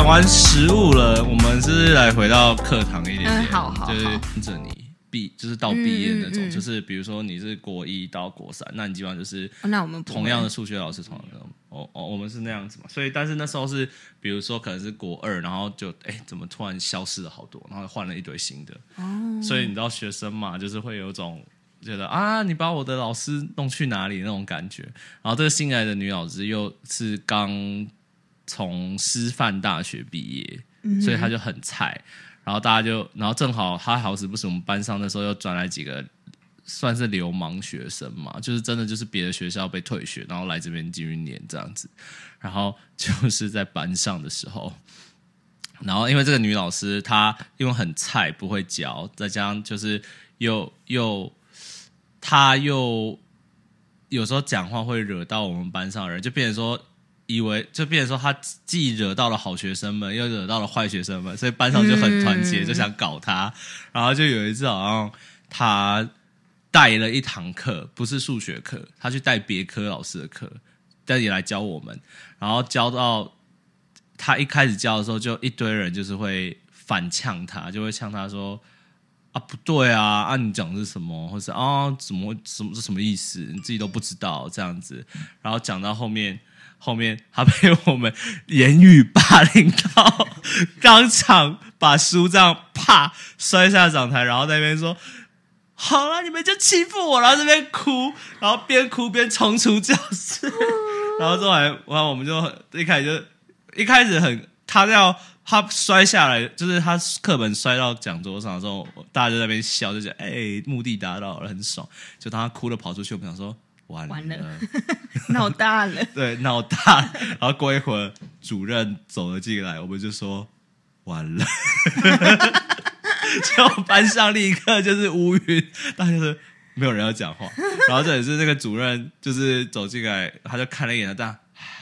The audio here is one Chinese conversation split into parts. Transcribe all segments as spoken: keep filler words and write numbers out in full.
讲完食物了，我们是来回到课堂一点点， 嗯、好好好就是跟着你毕，就是到毕业那种、 嗯嗯嗯， 就是比如说你是国一到国三，那你基本上就是、 哦、那我们同样的数学老师，同样的哦哦，我们是那样子嘛。所以，但是那时候是，比如说可能是国二，然后就哎，怎么突然消失了好多，然后换了一堆新的。哦，所以你知道学生嘛，就是会有种觉得啊，你把我的老师弄去哪里那种感觉。然后这个新来的女老师又是刚从师范大学毕业，嗯、所以她就很菜。然后大家就，然后正好她好死不死，我们班上那时候又转来几个算是流氓学生嘛，就是真的就是别的学校被退学，然后来这边继续念这样子。然后就是在班上的时候，然后因为这个女老师她因为很菜不会教，再加上就是又又她又有时候讲话会惹到我们班上的人，就变成说。以为就变成说他既惹到了好学生们，又惹到了坏学生们，所以班上就很团结，嗯、就想搞他。然后就有一次好像他带了一堂课，不是数学课，他去带别科老师的课，但也来教我们。然后教到他一开始教的时候，就一堆人就是会反呛他，就会呛他说：“啊，不对啊，啊你讲的是什么？或是啊怎么什么是什么意思？你自己都不知道这样子。”然后讲到后面。后面他被我们言语霸凌到，当场把书这样啪摔下讲台，然后在那边说：“好了，你们就欺负我。”然后这边哭，然后边哭边冲出教室。然后后来，然后我们就一开始就一开始很他要他摔下来，就是他课本摔到讲桌上的时候，大家就在那边笑，就觉得哎、欸、目的达到了，很爽。就当他哭了跑出去，我们想说。完 了, 完了闹大了对，闹大了。然后过一会儿主任走了进来，我们就说完了。结果班上立刻就是乌云，大家就是没有人要讲话。然后这也是那个主任就是走进来，他就看了一眼，他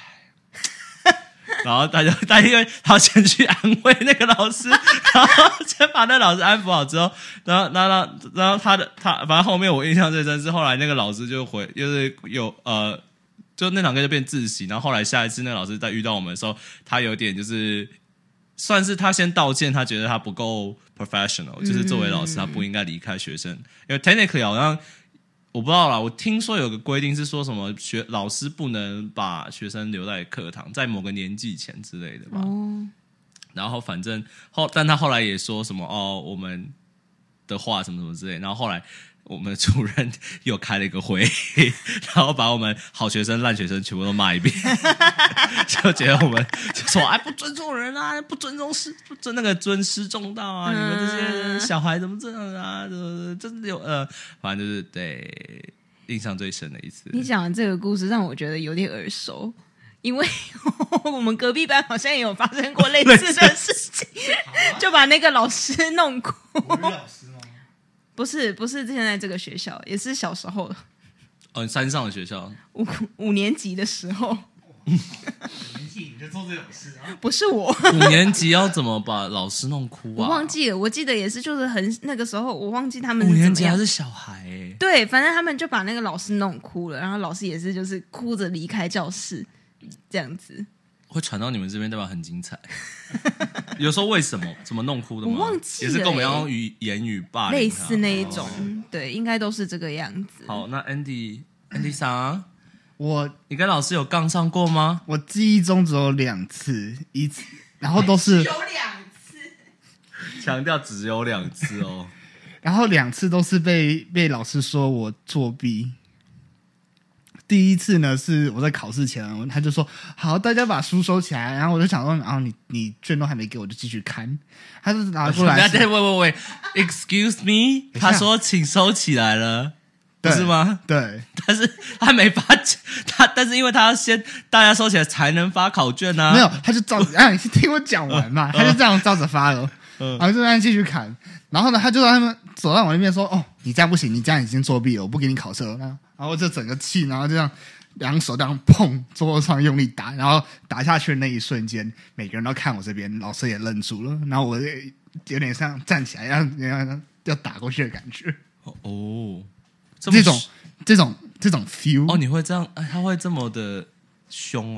然后他就他因为他先去安慰那个老师，然后先把那个老师安抚好之后，然后然后然后他的他反正后面我印象最深是后来那个老师就回就是有呃就那堂课就变自习，然后后来下一次那个老师在遇到我们的时候，他有点就是算是他先道歉，他觉得他不够 professional， 就是作为老师他不应该离开学生，因为 technically 好像。我不知道啦，我听说有个规定是说什么学老师不能把学生留在课堂，在某个年纪前之类的吧。哦、然后反正后，但他后来也说什么哦，我们的话什么什么之类的。然后后来我们主任又开了一个会，然后把我们好学生、烂学生全部都骂一遍，就觉得我们就说哎不尊重人啊，不尊重师，不尊那个尊师重道啊，嗯、你们这些小孩怎么这样啊？真的有呃，反正就是对印象最深的一次。 你讲的这个故事让我觉得有点耳熟。因为我们隔壁班好像也有发生过类似的事情，就把那个老师弄哭。 老师吗？ 不是，不是，之前在这个学校，也是小时候。 哦，山上的学校， 五五年级的时候。 五年级你就做这种事啊？ 不是我。 五年级要怎么把老师弄哭啊？ 我忘记了，我记得也是，就是很那个时候，我忘记他们是五年级还是小孩哎、欸。 对，反正他们就把那个老师弄哭了，然后老师也是就是哭着离开教室，这样子。 会传到你们这边，代表很精彩。有时候为什么怎么弄哭的吗？ 我忘记了、欸， 也是跟我们要用语言语霸凌， 类似那一种、哦，对，应该都是这个样子。 好，那 Andy Andy 桑， 我你跟老师有杠上过吗？ 我记忆中只有两次，一次，然后都是有两次， 强调只有两次哦。 然后两次都是被被老师说我作弊。第一次呢是我在考试前，他就说好，大家把书收起来，然后我就想说，然后你你卷都还没给我，就继续看。他就拿过来， 对，喂喂喂 ，Excuse me， 他说请收起来了，不是吗？ 对， 但是他没发他，但是因为他要先大家收起来才能发考卷啊。 没有，他就照啊，你听我讲完嘛，他就这样照着发了，然后就这样继续看。然后呢，他就让他们走到我那边说：“哦，你这样不行，你这样已经作弊了，我不给你考试了。”然后就整个气，然后这样两手这样砰桌上用力打，然后打下去的那一瞬间，每个人都看我这边，老师也愣住了，然后我有点像站起来要要要打过去的感觉。 哦， 这, 这种这种这种 feel 哦，你会这样？哎，他会这么的凶哦。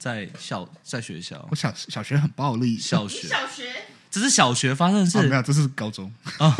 在校在学校我，小小学很暴力， 小学小学这是小学发生的事， 哦、没有，这是高中。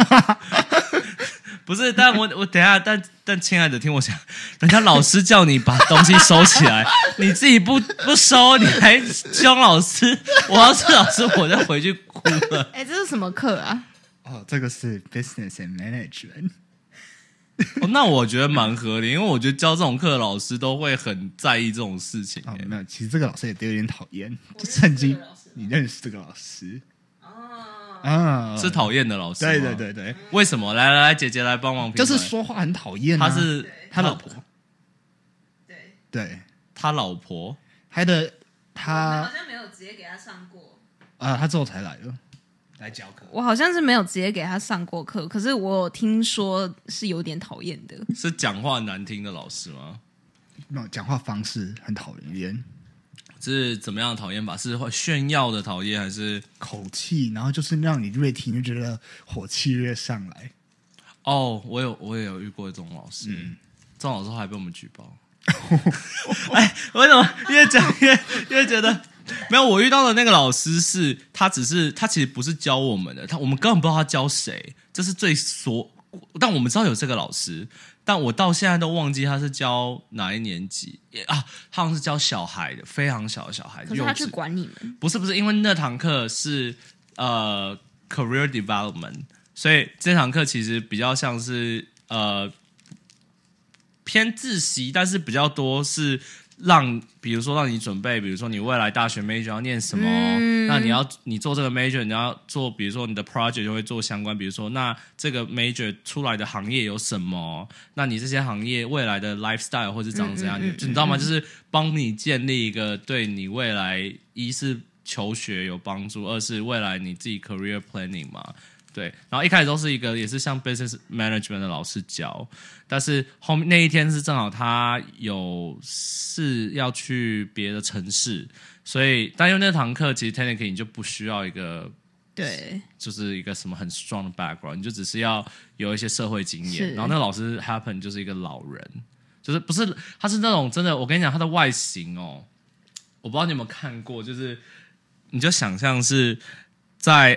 不是，但我我等一下，但但亲爱的，听我讲，人家老师叫你把东西收起来，你自己不不收，你还凶老师，我要是老师，我就回去哭了。 哎，这是什么课啊？ 哦，这个是 business and management。 哦，那我觉得蛮合理，因为我觉得教这种课的老师都会很在意这种事情。 哦，没有，其实这个老师也有点讨厌，就趁机你认识这个老师。啊， 是讨厌的老师吗？ 对对对对， 为什么？来来来，姐姐来帮忙评就论。 是说话很讨厌、啊。 他是他老婆， 对对， 他老婆， 他的我他好像没有直接给他上过。 啊，他之后才来的，来教课。 我好像是没有直接给他上过课，可是我有听说是有点讨厌的。 是讲话难听的老师吗？ 没有讲话方式很讨厌， 是怎么样的讨厌法？是会炫耀的讨厌，还是口气，然后就是让你越听就觉得火气越上来。 哦，我有我也有遇过这种老师， 嗯， 这种老师还被我们举报。哎，为什么越讲越越觉得没有？我遇到的那个老师是，他只是他其实不是教我们的，他我们根本不知道他教谁，这是最所。但我们知道有这个老师，但我到现在都忘记他是教哪一年级啊？他好像是教小孩的，非常小的小孩。 可是他去管你们？ 不是不是，因为那堂课是呃 career development， 所以这堂课其实比较像是呃偏自习，但是比较多是让，比如说让你准备，比如说你未来大学 major 要念什么，嗯、那你要你做这个 major， 你要做，比如说你的 project 就会做相关，比如说那这个 major 出来的行业有什么，那你这些行业未来的 lifestyle 或是长怎样，嗯嗯嗯嗯你知道吗？就是帮你建立一个对你未来一是求学有帮助，二是未来你自己 career planning 嘛。对，然后一开始都是一个也是像 business management 的老师教，但是后面那一天是正好他有事要去别的城市，所以但因为那堂课其实 technically 你就不需要一个对， 就是一个什么很 strong 的 background， 你就只是要有一些社会经验。然后那个老师 happen 就是一个老人，就是不是他是那种真的，我跟你讲他的外形哦，我不知道你有没有看过，就是你就想象是在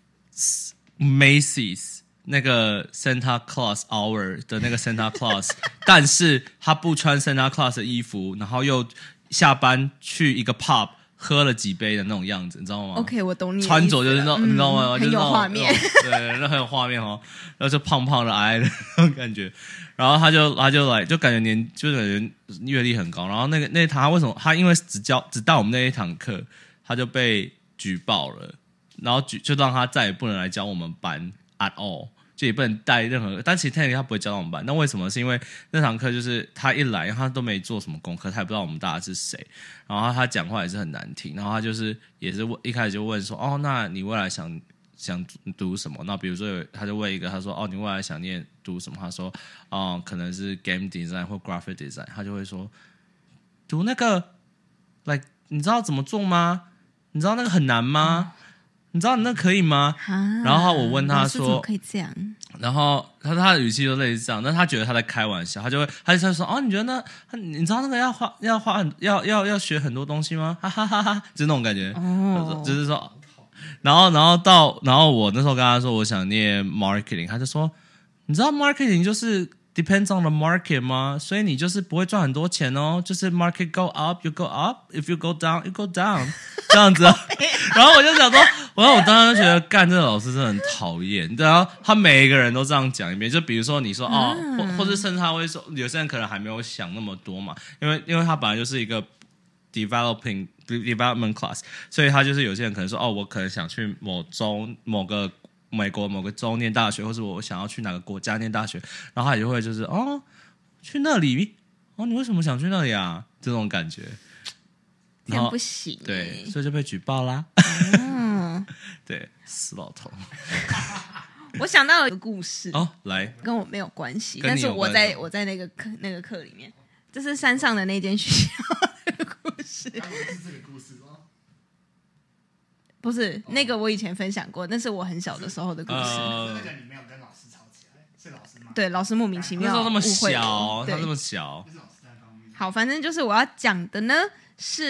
Macy's 那个 Santa Claus Hour 的那个 Santa Claus 但是他不穿 Santa Claus 的衣服，然后又下班去一个 pub 喝了几杯的那种样子，你知道吗 ？OK， 我懂你。 穿着就是那种、嗯，你知道吗？ 很有画面， 对，那很有画面哦。然后就胖胖的、矮矮的那种感觉，然后他就他就来，就感觉年就感觉阅历很高。然后那个那一堂他为什么他因为只教只带我们那一堂课，他就被举报了。然后就让他再也不能来教我们班 at all， 就也不能带任何。但其实 technically 他不会教到我们班，那为什么？是因为那堂课就是他一来，他都没做什么功课，他也不知道我们大家是谁，然后他讲话也是很难听，然后他就是也是一开始就问说，哦，那你未来想想读什么？那比如说他就问一个，他说，哦，你未来想念读什么？他说，哦，可能是 game design 或 graphic design， 他就会说，读那个 like 你知道怎么做吗？你知道那个很难吗？嗯，你知道你那可以吗？然后我问他说， 可以这样？ 然后他他的语气就类似这样，但他觉得他在开玩笑，他就会他就说哦，你觉得那你知道那个要花要花很要要要学很多东西吗？哈哈哈哈，就是那种感觉，哦，就是说，然后然后到然后我那时候跟他说我想念 marketing， 他就说你知道 marketing 就是。Depends on the market 吗？所以你就是不会赚很多钱哦。就是 market go up, you go up. If you go down, you go down. 这样子、啊。然后我就想说，然后我当时就觉得，干这个老师真的很讨厌。然后他每一个人都这样讲一遍，就比如说你说哦，或或者甚至他会说，有些人可能还没有想那么多嘛，因为因为他本来就是一个 developing development class， 所以他就是有些人可能说哦，我可能想去某州某个。美国某个州念大学，或是我想要去哪个国家念大学，然后他也会就是哦，去那里哦，你为什么想去那里啊？这种感觉， 这样不行， 对，所以就被举报啦。 嗯， 对，死老头。 我想到了一个故事哦，来， 跟我没有关系， 但是我在我在那个课那个课里面，这是山上的那间学校的故事。 是这个故事吗？ 不是，那个我以前分享过，那是我很小的时候的故事。 呃、那个你没有跟老师吵起来，是老师吗？ 对，老师莫名其妙那时候那么小， 他那么小。 好，反正就是我要讲的呢，是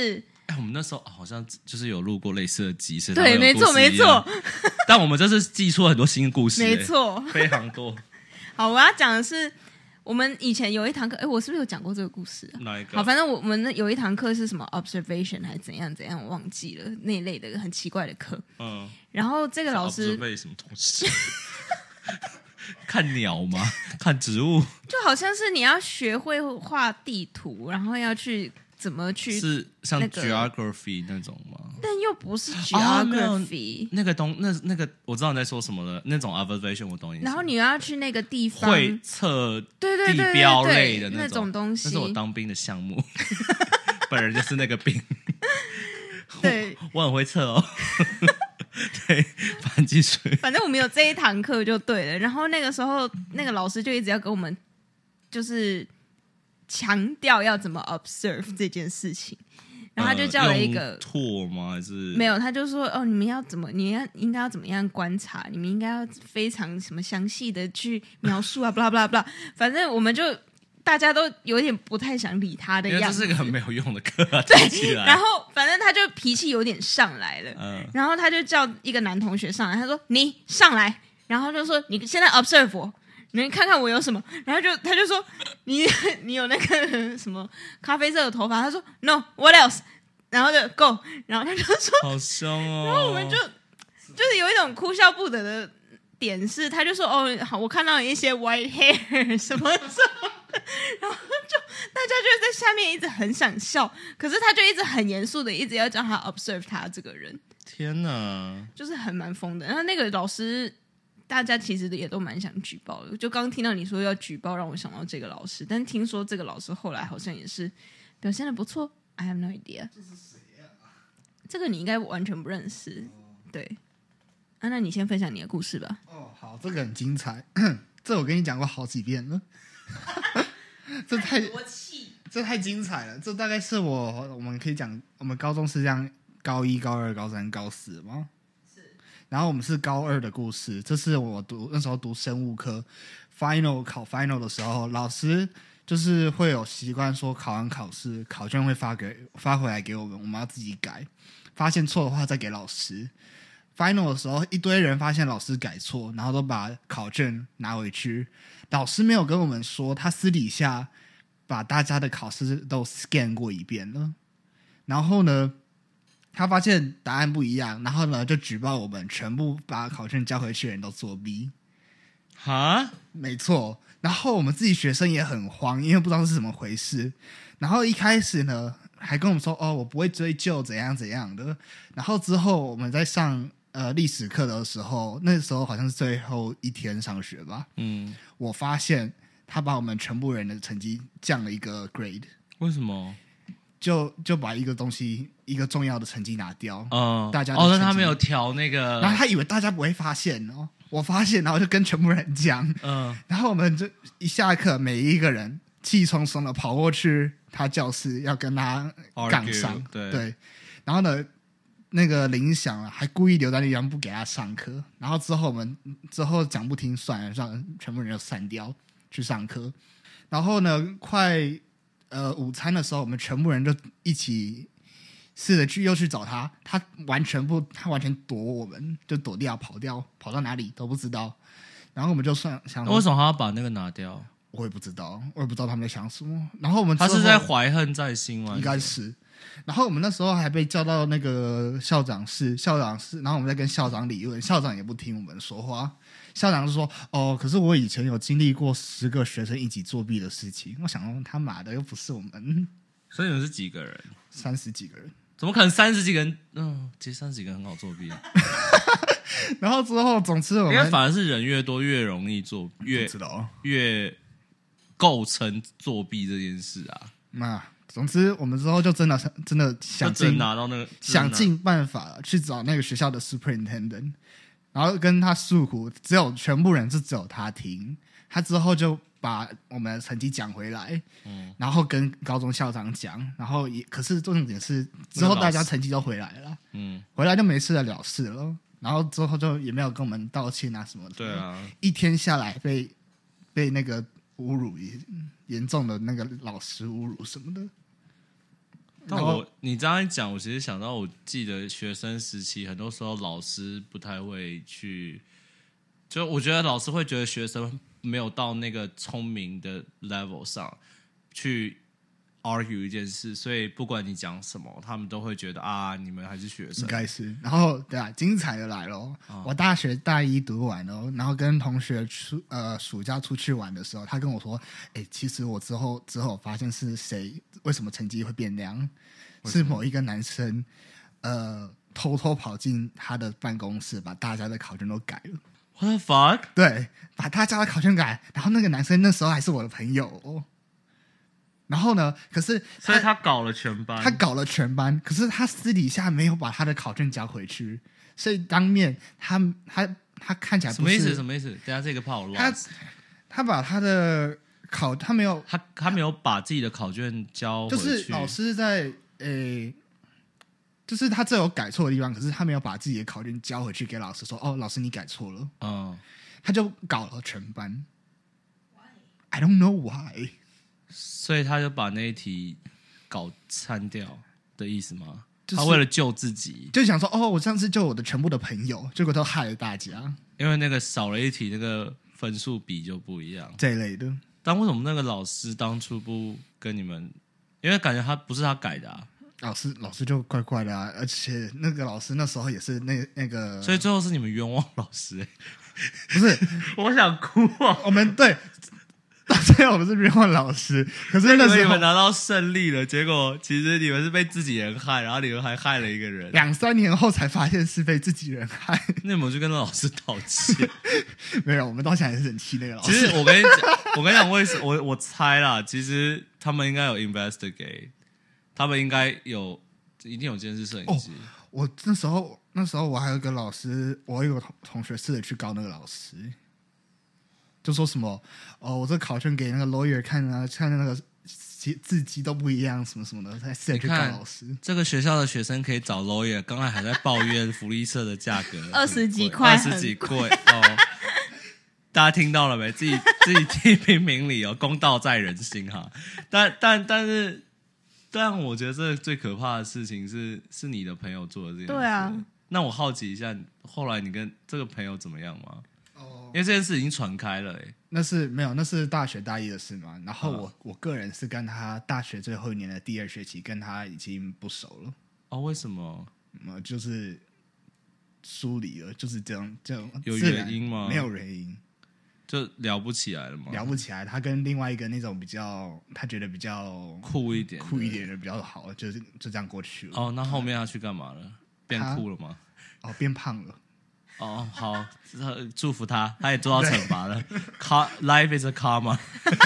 哎，我们那时候好像就是有录过类似的集，是对，没错没错。 但我们这次记出了很多新的故事， 没错， 非常多。 好，我要讲的是。我们以前有一堂课，哎，我是不是有讲过这个故事、啊？ 哪一个？ 好，反正我们有一堂课是什么 observation 还是怎样怎样，我忘记了那一类的很奇怪的课。嗯，然后这个老师 observe 什么东西？看鸟吗？看植物？ 就好像是你要学会画地图，然后要去怎么去、 是像 geography 那种吗？ 但又不是 geography、 哦、那个东那那个我知道你在说什么了，那种 observation 我懂你。 然后你要去那个地方会测地标类的那种东西， 那是我当兵的项目，本人就是那个兵。 对， 我, 我很会测哦。对，反正继续。 反正我们有这一堂课就对了。然后那个时候，那个老师就一直要跟我们就是强调要怎么 observe 这件事情。然后他就叫了一个拓吗？还是没有？他就说哦，你们要怎么？你要应该要怎么样观察？你们应该要非常什么详细的去描述啊，不啦不啦不啦。反正我们就大家都有点不太想理他的样子。 这是个很没有用的课、啊。 对，然后反正他就脾气有点上来了、 嗯， 然后他就叫一个男同学上来，他说你上来，然后就说你现在 observe 我。你们看看我有什么，然后就他就说你你有那个什么咖啡色的头发，他说 no what else， 然后就 go， 然后他就说好凶哦， 然后我们就就是有一种哭笑不得的点是，他就说哦好，我看到一些 white hair 什么什么，然后就大家就在下面一直很想笑，可是他就一直很严肃的一直要叫他 observe 他这个人， 天哪， 就是很蛮疯的。然后那个老师。大家其实也都蛮想举报的，就刚刚听到你说要举报，让我想到这个老师。但听说这个老师后来好像也是表现的不错。I have no idea。 这是谁呀、啊？ 这个你应该完全不认识。哦、对，啊，那你先分享你的故事吧。 哦，好，这个很精彩，这我跟你讲过好几遍了。这太这太精彩了，这大概是我我们可以讲，我们高中是这样，高一、高二、高三、高四吗？然后我们是高二的故事，这是我读那时候读生物科 ，final 考 final 的时候，老师就是会有习惯说，考完考试考卷会发给发回来给我们，我们要自己改，发现错的话再给老师。final 的时候，一堆人发现老师改错，然后都把考卷拿回去，老师没有跟我们说，他私底下把大家的考试都 scan 过一遍了，然后呢？他发现答案不一样，然后呢就举报我们全部把考卷交回去的人都作弊。 哈， 没错。然后我们自己学生也很慌，因为不知道是怎么回事。然后一开始呢还跟我们说哦，我不会追究怎样怎样的。然后之后我们在上呃历史课的时候，那时候好像是最后一天上学吧。嗯，我发现他把我们全部人的成绩降了一个 grade。 为什么？ 就就把一个东西一个重要的成绩拿掉， 嗯， 大家哦，那他没有调那个， 然后他以为大家不会发现哦，我发现，然后就跟全部人讲，嗯，然后我们就一下课，每一个人气冲冲的跑过去他教室要跟他杠上， Argue, 对对，然后呢，那个铃响了，还故意留在那地方不给他上课，然后之后我们之后讲不听算了，让全部人就散掉去上课，然后呢，快。呃，午餐的时候，我们全部人就一起试着去又去找他，他完全不，他完全躲我们，就躲掉、跑掉，跑到哪里都不知道。然后我们就算想说， 为什么他要把那个拿掉？ 我也不知道，我也不知道他们在想什么。然后我们他是在怀恨在心吗？ 应该是。然后我们那时候还被叫到那个校长室，校长室，然后我们在跟校长理论，校长也不听我们说话。校长就说：“哦，可是我以前有经历过十个学生一起作弊的事情。”我想说他妈的又不是我们， 所以你们是几个人？ 三十几个人。 怎么可能三十几个人？嗯，其实三十几个人很好作弊。 然后之后，总之我们因为反而是人越多越容易作，越知道越构成作弊这件事啊。 那总之我们之后就真的真的想尽拿到那个想尽办法去找那个学校的 superintendent。然后跟他诉苦，只有全部人是只有他听，他之后就把我们的成绩讲回来，嗯，然后跟高中校长讲，然后也可是重点是之后大家成绩都回来了，嗯，回来就没事的了事了，然后之后就也没有跟我们道歉啊什么的， 对啊， 一天下来被被那个侮辱，严重的那个老师侮辱什么的。 但我你这样一讲，我其实想到，我记得学生时期，很多时候老师不太会去，就我觉得老师会觉得学生没有到那个聪明的 level 上去 argue 一件事，所以不管你讲什么，他们都会觉得啊，你们还是学生， 应该是。然后对啊，精彩的来了、哦，我大学大一读完了，然后跟同学出呃暑假出去玩的时候，他跟我说，哎，其实我之后之后发现是谁，为什么成绩会变那样？是某一个男生，呃，偷偷跑进他的办公室，把大家的考卷都改了。 What the fuck？ 对，把大家的考卷改，然后那个男生那时候还是我的朋友、哦。然后呢？可是所以他搞了全班， 他搞了全班，可是他私底下没有把他的考卷交回去，所以当面他他他看起来不是什么意思？什么意思？等一下这个怕我 lost。 他他把他的考，他没有， 他他没有把自己的考卷交回去， 就是老师在诶，就是他这有改错的地方，可是他没有把自己的考卷交回去给老师说，哦，老师你改错了， 嗯， 他就搞了全班。I don't know why。 所以他就把那一题搞删掉的意思吗？ 就是、 他为了救自己， 就想说哦，我上次救我的全部的朋友，结果都害了大家， 因为那个少了一题，那个分数比就不一样这一类的。 但为什么那个老师当初不跟你们？因为感觉他不是他改的啊。 老师老师就怪怪的啊，而且那个老师那时候也是那那个， 所以最后是你们冤枉老师、欸， 不是？ 我想哭啊！ 我们对。虽然我们是冤枉老师，可是那时候你们拿到胜利了，结果其实你们是被自己人害，然后你们还害了一个人。 两三年后才发现是被自己人害。 那你们去跟那老师道歉？ 没有，我们到现在还是很气那个老师。 其实我跟你讲，我跟你讲，为什我我猜啦，其实他们应该有 investigate， 他们应该有一定有监视摄影机。 哦，我那时候那时候我还有一个老师，我有个同同学试着去告那个老师。就说什么哦，我这考卷给那个 lawyer 看啊，看那个字迹都不一样，什么什么的，才试着去告老师。 这个学校的学生可以找 lawyer， 刚才还在抱怨福利社的价格二十几块， 二十几贵哦。大家听到了没？自己自己听评评理哦，公道在人心哈。但但但是，但我觉得这最可怕的事情是，是你的朋友做的这件事。 对啊。 那我好奇一下，后来你跟这个朋友怎么样吗？ 哦， 因为这件事已经传开了、欸， 那是没有，那是大学大一的事嘛。然后我、 嗯、 我个人是跟他大学最后一年的第二学期，跟他已经不熟了。 哦，为什么？ 嗯，就是疏离了，就是这样，这样有原因吗？ 没有原因， 就聊不起来了吗？ 聊不起来。他跟另外一个那种比较，他觉得比较酷一点、 酷一点的比较好，就是就这样过去了。 哦，那后面他去干嘛了？变酷了吗？ 哦，变胖了。 哦，好，祝福他，他也做到惩罚了。Life is a karma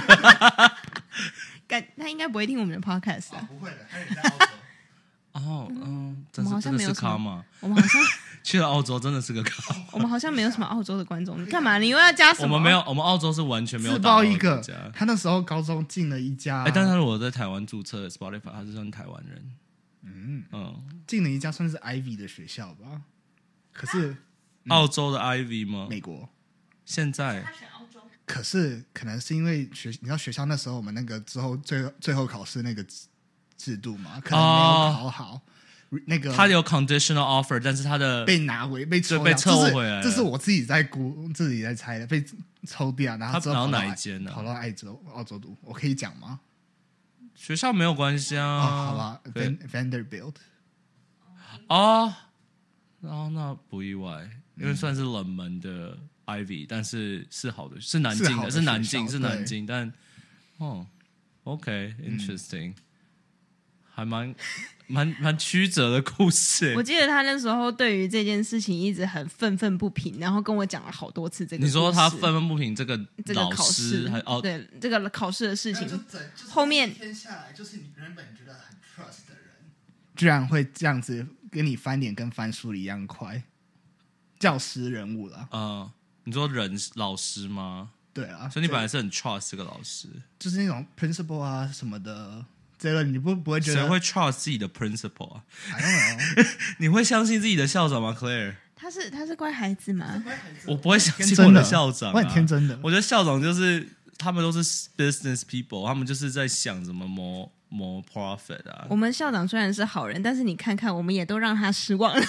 他应该不会听我们的 podcast 啊。 哦、不会的，他也在澳洲。 哦，嗯， 我们好像没有什么。 我们好像去了澳洲真的是个卡。 我们好像没有什么澳洲的观众，你干嘛？你又要加什么？ 我们没有，我们澳洲是完全没有。 自爆一个，他那时候高中进了一家， 哎，但是我在台湾注册 Spotify， 他是算台湾人。 嗯嗯， 进了一家算是 Ivy 的学校吧。可是、 嗯、澳洲的 Ivy 吗？ 美国。 现在他选澳洲。 可是可能是因为学，你知道学校那时候我们那个之后最后最后考试那个制度嘛，可能没有考好。哦那个他有 conditional offer， 但是他的被拿回被抽被抽回来这，这是我自己在估自己在猜的，被抽掉，然后之后跑到哪一间呢、 啊？跑到澳洲澳洲读，我可以讲吗？ 学校没有关系啊。 哦、好吧 ，Vanderbilt。 哦，哦，那不意外，因为算是冷门的 Ivy，、嗯、但是是好的，是南京的，是南京，是南京，但哦 ，OK，interesting，、嗯、还蛮。蛮蛮曲折的故事。 我记得他那时候对于这件事情一直很愤愤不平，然后跟我讲了好多次这个故事。 你说他愤愤不平这个这个考试， 还哦对这个考试的事情， 就就后面天下来就是你原本觉得很 trust 的人，居然会这样子跟你翻脸跟翻书一样快。教师人物了， 嗯、呃，你说人老师吗？ 对啊， 所以你本来是很 trust 这个老师， 就是那种 principal 啊什么的。这个你不不会觉得谁会 trust 自己的 principal 啊？ I don't know 你会相信自己的校长吗 ，Claire？ 他是他是乖孩子吗？ 我不会相信我的校长、啊， 我很天真的。 我觉得校长就是他们都是 business people， 他们就是在想怎么谋 more profit 啊。 我们校长虽然是好人，但是你看看，我们也都让他失望了。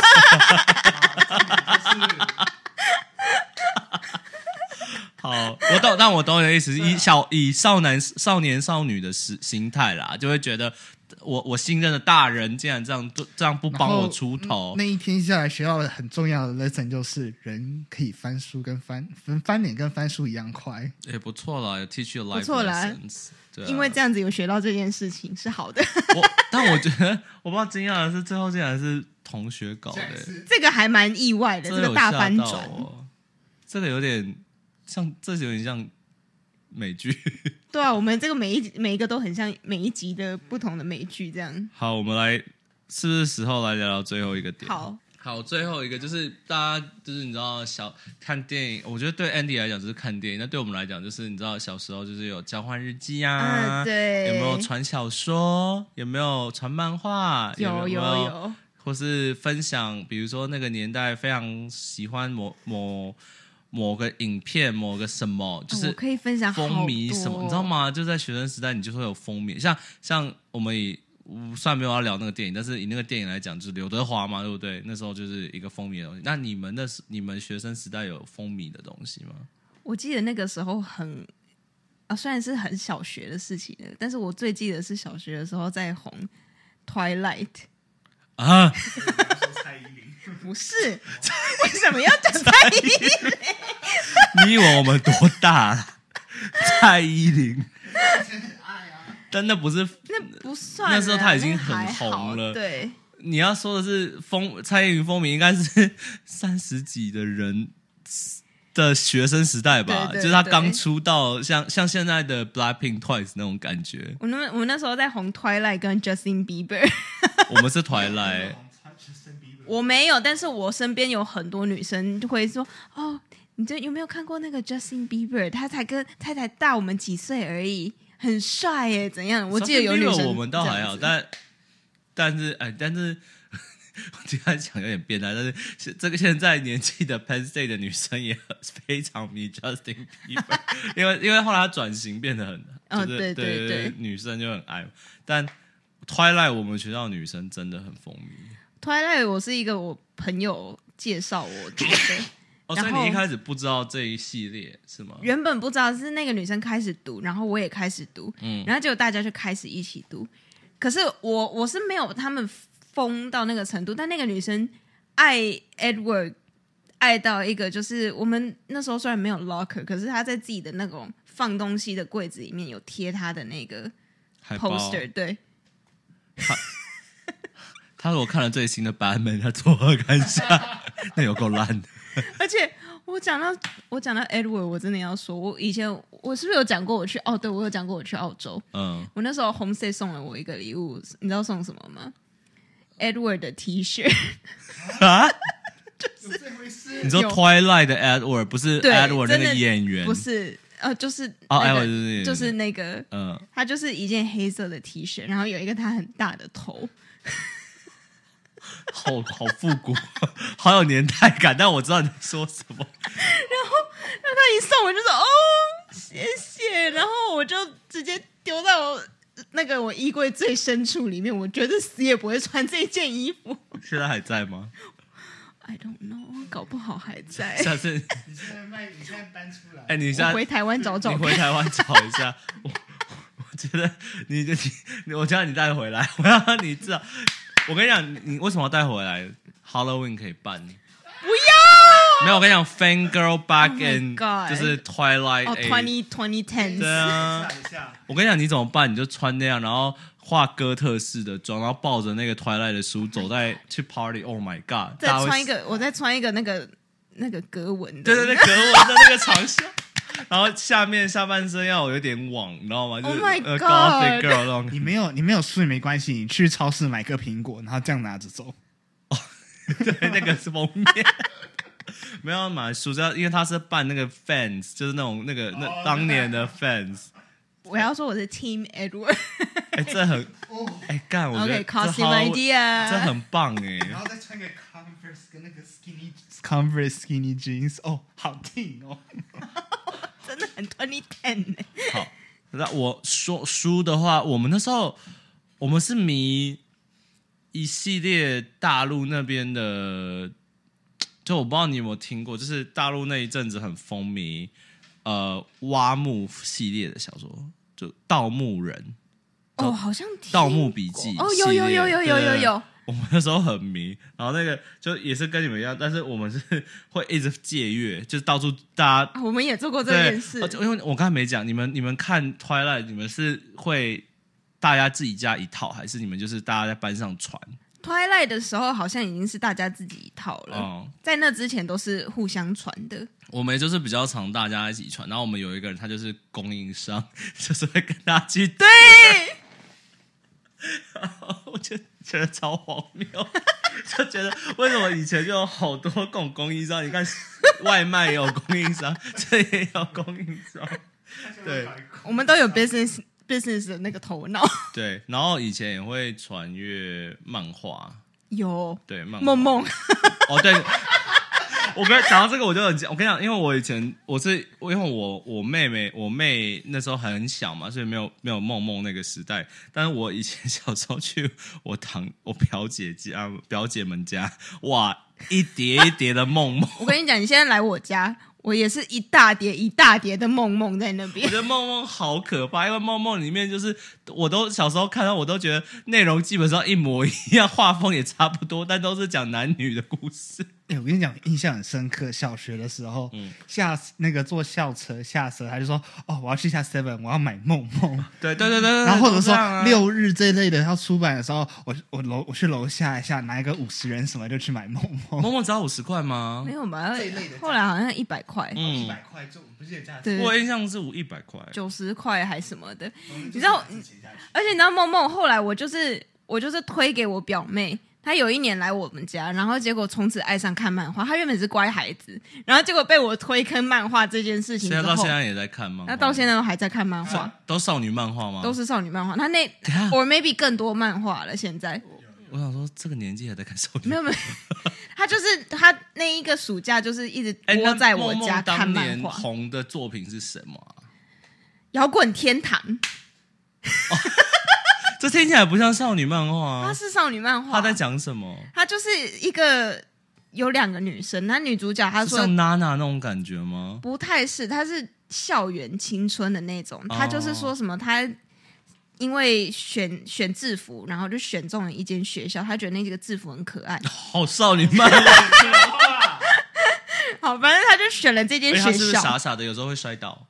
好，我懂，但我懂你的意思，以小以少男少年少女的心态啦，就会觉得我我信任的大人竟然这样这样不帮我出头。 那一天下来学到的很重要的 lesson 就是人可以翻书跟翻翻翻脸跟翻书一样快。 也不错啦，有 teach you life lessons。 不错啦，对啊，因为这样子有学到这件事情是好的。 我但我觉得我不知道惊讶的是，最后竟然是同学搞的， 这个还蛮意外的，这个大翻转， 这个有点像，这有点像美剧。 对啊，我们这个每一每一个都很像每一集的不同的美剧这样。 好，我们来，是不是时候来聊聊最后一个点？ 好， 好，最后一个就是大家就是你知道小看电影，我觉得对 Andy 来讲就是看电影，那对我们来讲就是你知道小时候就是有交换日记啊， 嗯，对， 有没有传小说，有没有传漫画， 有有有有有， 或是分享，比如说那个年代非常喜欢某某。某个影片，某个什么，就是我可以分享风靡什么，你知道吗？就在学生时代，你就会有风靡，像像我们以虽然没有要聊那个电影，但是以那个电影来讲，就是刘德华嘛，对不对？那时候就是一个风靡的东西。那你们那时你们学生时代有风靡的东西吗？ 我记得那个时候很啊，虽然是很小学的事情了，但是我最记得是小学的时候在红 Twilight 啊。 不是，为什么要讲蔡依林？ 你以为我们多大？蔡依林，但那不是， 那不算。 那时候他已经很红了。 对， 你要说的是风蔡依林风靡，应该是三十几的人的学生时代吧？ 对对对， 就是他刚出道，像像现在的 Blackpink Twice 那种感觉。 我那我那时候在红 Twilight 跟 Justin Bieber， 我们是 Twilight。 我没有，但是我身边有很多女生会说：“哦，你这有没有看过那个 Justin Bieber？ 他才跟他才大我们几岁而已，很帅耶，怎样？”我记得有女生， 我们倒还好，但但是哎，但是我今天讲有点变态，但是这个现在年纪的 Penn State 的女生也非常迷 Justin Bieber， 因为因为后来他转型变得很， 哦， 就是、 对对对, 对, 对，女生就很爱，但 Twilight 我们学校的女生真的很风靡。 Twilight 我是一个我朋友介绍我觉得哦，所以你一开始不知道这一系列是吗？ 原本不知道，是那个女生开始读，然后我也开始读，嗯，然后结果大家就开始一起读。可是我我是没有他们疯到那个程度，但那个女生爱 Edward 爱到一个，就是我们那时候虽然没有 locker， 可是她在自己的那种放东西的柜子里面有贴她的那个 poster， 对。 他说我看了最新的版本，他作何感想？那有够烂的。 而且我讲到我讲到 Edward， 我真的要说，我以前我是不是有讲过我去？哦，对，我有讲过我去澳洲。嗯，我那时候 Homestay 送了我一个礼物，你知道送什么吗 ？Edward 的 T 恤啊？ 就是这回事。 你说 Twilight 的 Edward 不是 Edward 那个演员？ 不是，呃，就是哦、 那個 ，Edward 就是那个， 嗯， 他就是一件黑色的 T 恤，然后有一个他很大的头。 好好复古，好有年代感，但我知道你说什么。 然后，让他一送我就说哦，谢谢，然后我就直接丢到我那个我衣柜最深处里面，我觉得死也不会穿这件衣服。 现在还在吗 ？I don't know， 搞不好还在。 下次你现在卖，你现在搬出来。 哎，你现在回台湾找找， 你回台湾找一下。我我觉得你你你，我叫你带回来，我要你知道。我跟你讲，你为什么要带回来 ？Halloween 可以办。 不要！ 没有，我跟你讲 ，Fangirl Back in、 oh、 就是 Twilight 哦、oh, ，twenty tens。 对啊，我跟你讲，你怎么办？你就穿那样，然后画哥特式的妆，然后抱着那个 Twilight 的书走在去 Party。Oh my God！ 再穿一个，我再穿一个那个那个格纹的， 对对对，格纹的那个长袖。然后下面下半身要有点网，你知道吗？就是 Oh my God、 呃、Gothic girl 那种。 你没有你没有书也没关系，你去超市买个苹果，然后这样拿着走。 哦，对，那个是封面。没有买书，因为他是办那个 fans， 就是那种那个那、oh, 当年的 fans。 我要说我是 Team Edward。 哎，这很哎干，我觉得 OK，costume idea， 这很棒哎。 然后再穿个 Converse 跟那个 skinny Converse skinny jeans， 哦，好听哦。 真的很 twenty ten 呢。 好， 那我说书的话，我们那时候我们是迷一系列大陆那边的，就我不知道你有没有听过，就是大陆那一阵子很风靡呃挖墓系列的小说，就《盗墓人》 哦，好像 《盗墓笔记》 哦，有有有有有有有。 我们那时候很迷，然后那个就也是跟你们一样，但是我们是会一直借阅，就是到处大家、 啊、我们也做过这件事。 因为我刚才没讲，你们你们看 Twilight， 你们是会大家自己家一套，还是你们就是大家在班上传 Twilight 的时候，好像已经是大家自己一套了， 嗯、 在那之前都是互相传的。 我们就是比较常大家一起传，然后我们有一个人他就是供应商，就是会跟大家去对。 我就觉得超荒谬，就觉得为什么以前就有好多这种供应商？你看外卖也有供应商，这也有供应商，对， 我们都有 business business 的那个头脑。 对，然后以前也会传阅漫画， 有对漫画梦梦， 哦对。我跟讲到这个，我就很我跟你讲，因为我以前我是因为我我妹妹我妹那时候还很小嘛，所以没有没有梦梦那个时代。但是我以前小时候去我堂我表姐家表姐们家，哇，一叠一叠的梦梦。 我跟你讲，你现在来我家，我也是一大叠一大叠的梦梦在那边。 我觉得梦梦好可怕，因为梦梦里面就是我都小时候看到，我都觉得内容基本上一模一样，画风也差不多，但都是讲男女的故事。 哎、欸，我跟你讲，印象很深刻。小学的时候，嗯，下那个坐校车下车，他就说：“哦，我要去下 Seven， 我要买梦梦。” 对对对对。 然后或者说、啊、六日这一类的要出版的时候，我我楼我去楼下一下拿一个五十元什么就去买梦梦。 梦梦只要五十块吗？ 没有吧？这一类的，后来好像一百块， 嗯，一百块就不记得价钱。我印象是五一百块， 九十块还什么的。你知道，而且你知道梦梦后来我就是我就是推给我表妹。他有一年来我们家，然后结果从此爱上看漫画。他原本是乖孩子，然后结果被我推坑漫画这件事情之后， 现在到现在也在看漫画。 他到现在都还在看漫画， 都少女漫画吗？ 都是少女漫画。他那 or maybe 更多漫画了。现在我想说，这个年纪还在看少女漫画？ 没有没有，他就是他那一个暑假就是一直窝在我家看漫画。 欸、梦梦红的作品是什么、啊？ 摇滚天堂。 哦这听起来不像少女漫画啊！ 它是少女漫画。 它在讲什么？ 它就是一个有两个女生，那女主角她说像娜娜那种感觉吗？ 不太是，她是校园青春的那种。她就是说什么，她因为选选制服，然后就选中了一间学校，她觉得那几个制服很可爱。 好少女漫画。 好，反正她就选了这间学校。 她是不是傻傻的，有时候会摔倒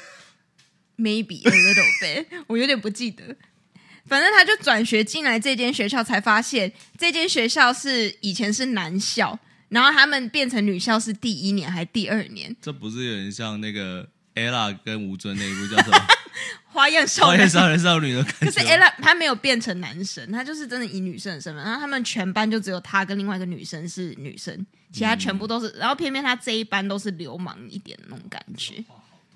？Maybe a little bit， 我有点不记得。反正他就转学进来这间学校，才发现这间学校是以前是男校，然后他们变成女校是第一年还第二年。 这不是有点像那个 Ella 跟吴尊那一部叫什么？ 花样少花样少年少女的感觉。 可是 Ella 她没有变成男生，她就是真的以女生的身份。然后他们全班就只有她跟另外一个女生是女生，其他全部都是。嗯、然后偏偏她这一班都是流氓一点的那种感觉。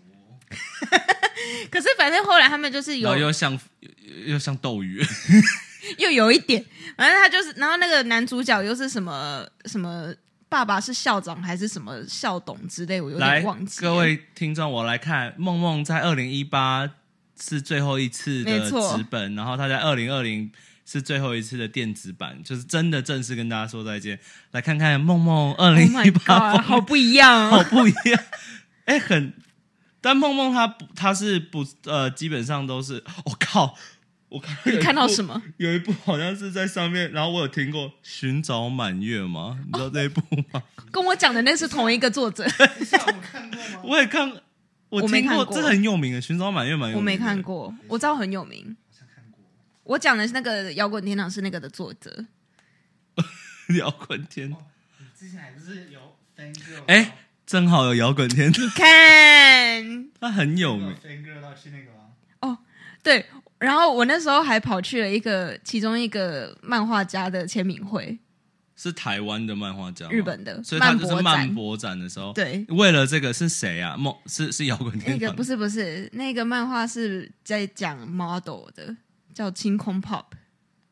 可是反正后来他们就是有， 然后又像又像斗鱼， 又有一点。反正他就是，然后那个男主角又是什么什么爸爸是校长还是什么校董之类，我有点忘记。 各位听众，我来看梦梦在二零一八是最后一次的纸本，然后他在二零二零是最后一次的电子版，就是真的正式跟大家说再见。来看看梦梦二零一八， 好不一样、 哦，好不一样。哎、欸，很。但梦梦她她是不呃，基本上都是我、哦、靠，我看你看到什么？ 有一部好像是在上面，然后我有听过《寻找满月》吗？你知道这一部吗？ 跟我讲的那是同一个作者。 我看过吗？ 我也看，我听过，这很有名的《寻找满月》蛮有名的。 我没看过，我知道很有名。我讲的是那个《摇滚天堂》是那个的作者。 摇滚天堂、哦， 你之前还不是有 fan girl？ 哎。正好有摇滚天堂， 你看， 他很有名。 哦，对，然后我那时候还跑去了一个其中一个漫画家的签名会， 是台湾的漫画家， 日本的， 所以他就是漫博展的时候， 对， 为了这个是谁啊？梦是是摇滚天堂， 那个不是不是那个漫画是在讲 model 的，叫清空 pop。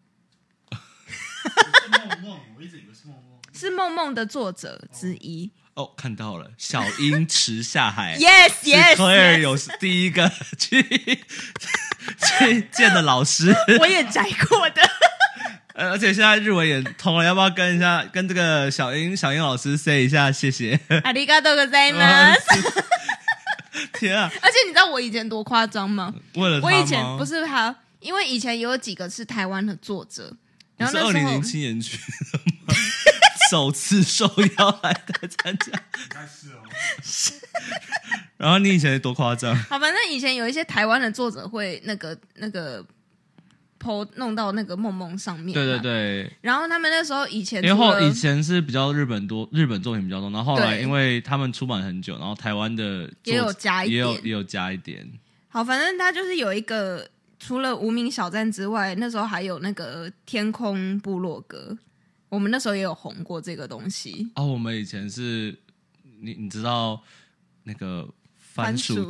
是梦梦，我一直以为是梦梦， 是梦梦的作者之一。 哦，看到了，小鹰池下海 ，yes 是 yes， Claire yes 有第一个去去见的老师， 我也摘过的。 呃，而且现在日文也通了，要不要跟一下跟这个小英小英老师 say 一下谢谢？ ありがとうございます。 天啊！ 而且你知道我以前多夸张吗？ 为了他吗我以前不是他，因为以前有几个是台湾的作者， 你是然后那时候二零零七年去的吗？首次受邀来的参加， 应该是哦。 然后你以前多夸张？ 好，反正以前有一些台湾的作者会那个那个 po 弄到那个梦梦上面， 对对。对， 然后他们那时候以前因为后除了以前是比较日本多，日本作品比较多，然后后来对因为他们出版很久，然后台湾的作也有加一也有点也有加一点。 好，反正他就是有一个除了无名小站之外，那时候还有那个天空部落格，我们那时候也有红过这个东西。 哦，我们以前是你你知道那个番薯薯的，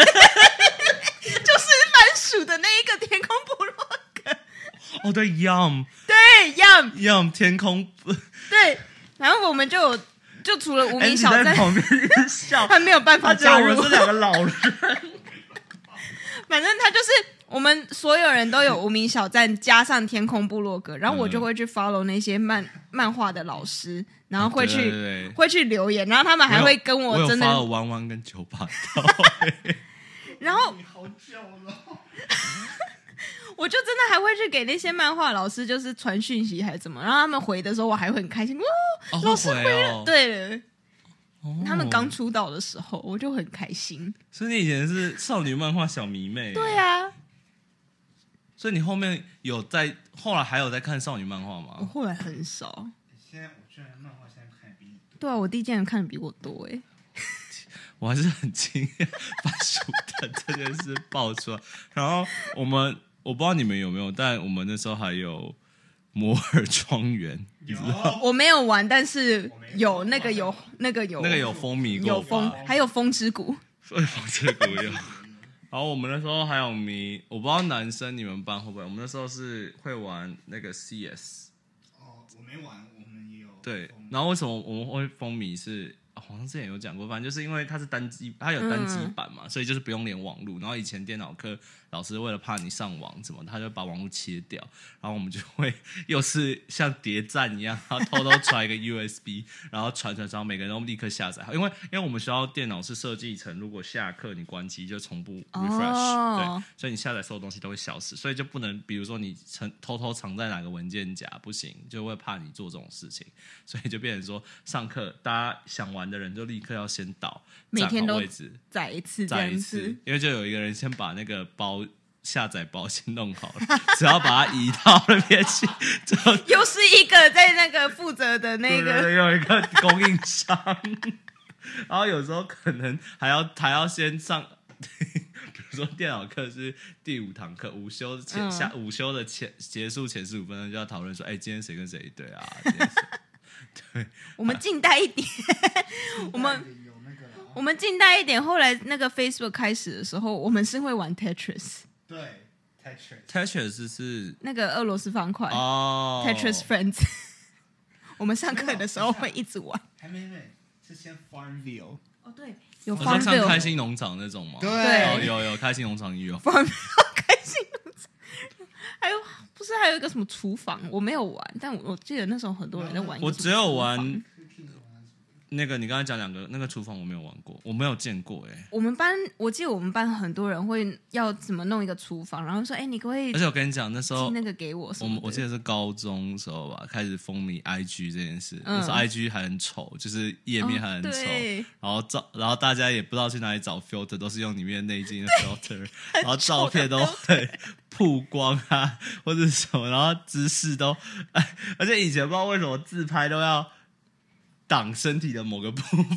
就是番薯的那一个天空部落格， 哦对 ，Yum 对 ，Yum， Yum 天空， 对，然后我们就有就除了无哎，你名小站， 在旁边一直笑， 他没有办法他觉加入得我们是两个老人。 反正他就是我们所有人都有无名小站加上天空部落格，然后我就会去 follow 那些漫漫画的老师，然后会去、 对对对会去留言，然后他们还会跟我有真的， 发了弯弯跟九把刀， 然后你好久了。 我就真的还会去给那些漫画老师就是传讯息还是怎么，然后他们回的时候我还会很开心，哇、 哦老师会回了， 哦对。 哦他们刚出道的时候，我就很开心。 所以你以前是少女漫画小迷妹， 对啊， 所以你后面有在，后来还有在看少女漫画我吗？ 后来很少。 现在我居然漫画现在看比你多。 对啊，我弟竟然看的比我多哎。 我还是很惊讶，把薯藤这件事爆出来。然后我们，我不知道你们有没有，但我们那时候还有摩尔庄园， 有我没有玩，但是有那个有那个有那个有风靡过吧， 有风，还有风之谷。 所以风之谷有。然后我们那时候还有迷，我不知道男生你们班会不会，我们那时候是会玩那个 C S。 哦，我没玩，我们也有。 对，然后为什么我们会风靡是？好像之前有讲过，反正就是因为它是单机，它有单机版嘛，嗯、所以就是不用连网路。然后以前电脑课老师为了怕你上网什么，他就把网路切掉，然后我们就会又是像谍战一样，然后偷偷传一个 U S B， 然后传传传，每个人都立刻下载。因为因为我们学校电脑是设计成，如果下课你关机就从不 refresh，、哦、对，所以你下载所有东西都会消失，所以就不能，比如说你藏偷偷藏在哪个文件夹不行，就会怕你做这种事情，所以就变成说上课大家想玩的人就立刻要先倒， 每天都位置载一次， 载一次，因为就有一个人先把那个包下载包先弄好了，只要把它移到那边去，就又是一个在那个负责的那个， 对对对，有一个供应商，然后有时候可能还要还要先上。比如说电脑课是第五堂课，午休前、嗯、下午休的前结束前十五分钟就要讨论说，哎，今天谁跟谁对啊？对， 我们近代一点，我们我们近代一点。后来那个 Facebook 开始的时候，我们是会玩 Tetris。 对 ，Tetris Tetris 是那个俄罗斯方块哦 ，Tetris Friends。我们上课的时候会一直玩。 还没没，是先 Farmville。 哦，对，有 Farmville， 像开心农场那种吗？ 对， 哦、有有开心农场也有 Farmville 开心农场，还有不是还有一个什么厨房？我没有玩，但我我记得那时候很多人在玩。 我只有玩那个，你刚才讲两个那个厨房我没有玩过，我没有见过哎、欸。 我们班我记得我们班很多人会要怎么弄一个厨房，然后说哎，你可不可以？ 而且我跟你讲，那时候寄那个给我什么的， 我我记得是高中的时候吧，开始风靡 I G 这件事。嗯、那时候 I G 还很丑，就是页面还很丑， 哦、 然后照，然后大家也不知道去哪里找 filter， 都是用里面内建的 filter， 然后照片都对曝光啊或者什么，然后姿势都，哎，而且以前不知道为什么自拍都要挡身体的某个部分。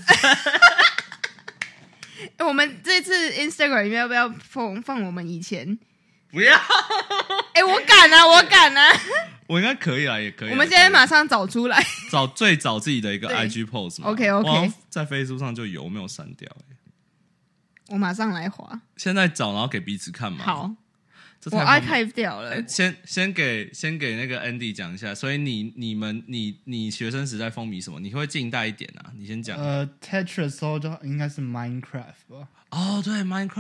我们这次 Instagram 要不要放放我们以前？ 不要！ 哎、欸，我敢啊，我敢啊！ 我应该可以啊，也可以。 我们现在马上找出来， 找最早自己的一个 I G post 嘛。 OK OK， 在 Facebook 上就有，我没有删掉、欸。 我马上来滑。 现在找，然后给彼此看嘛。 好， 我 archive 掉了。 欸、先先给先给那个 Andy 讲一下，所以你你们你你学生时代风靡什么？你会近代一点啊？你先讲。 呃 ，Tetris 时候就应该是 Minecraft 吧？ 哦，对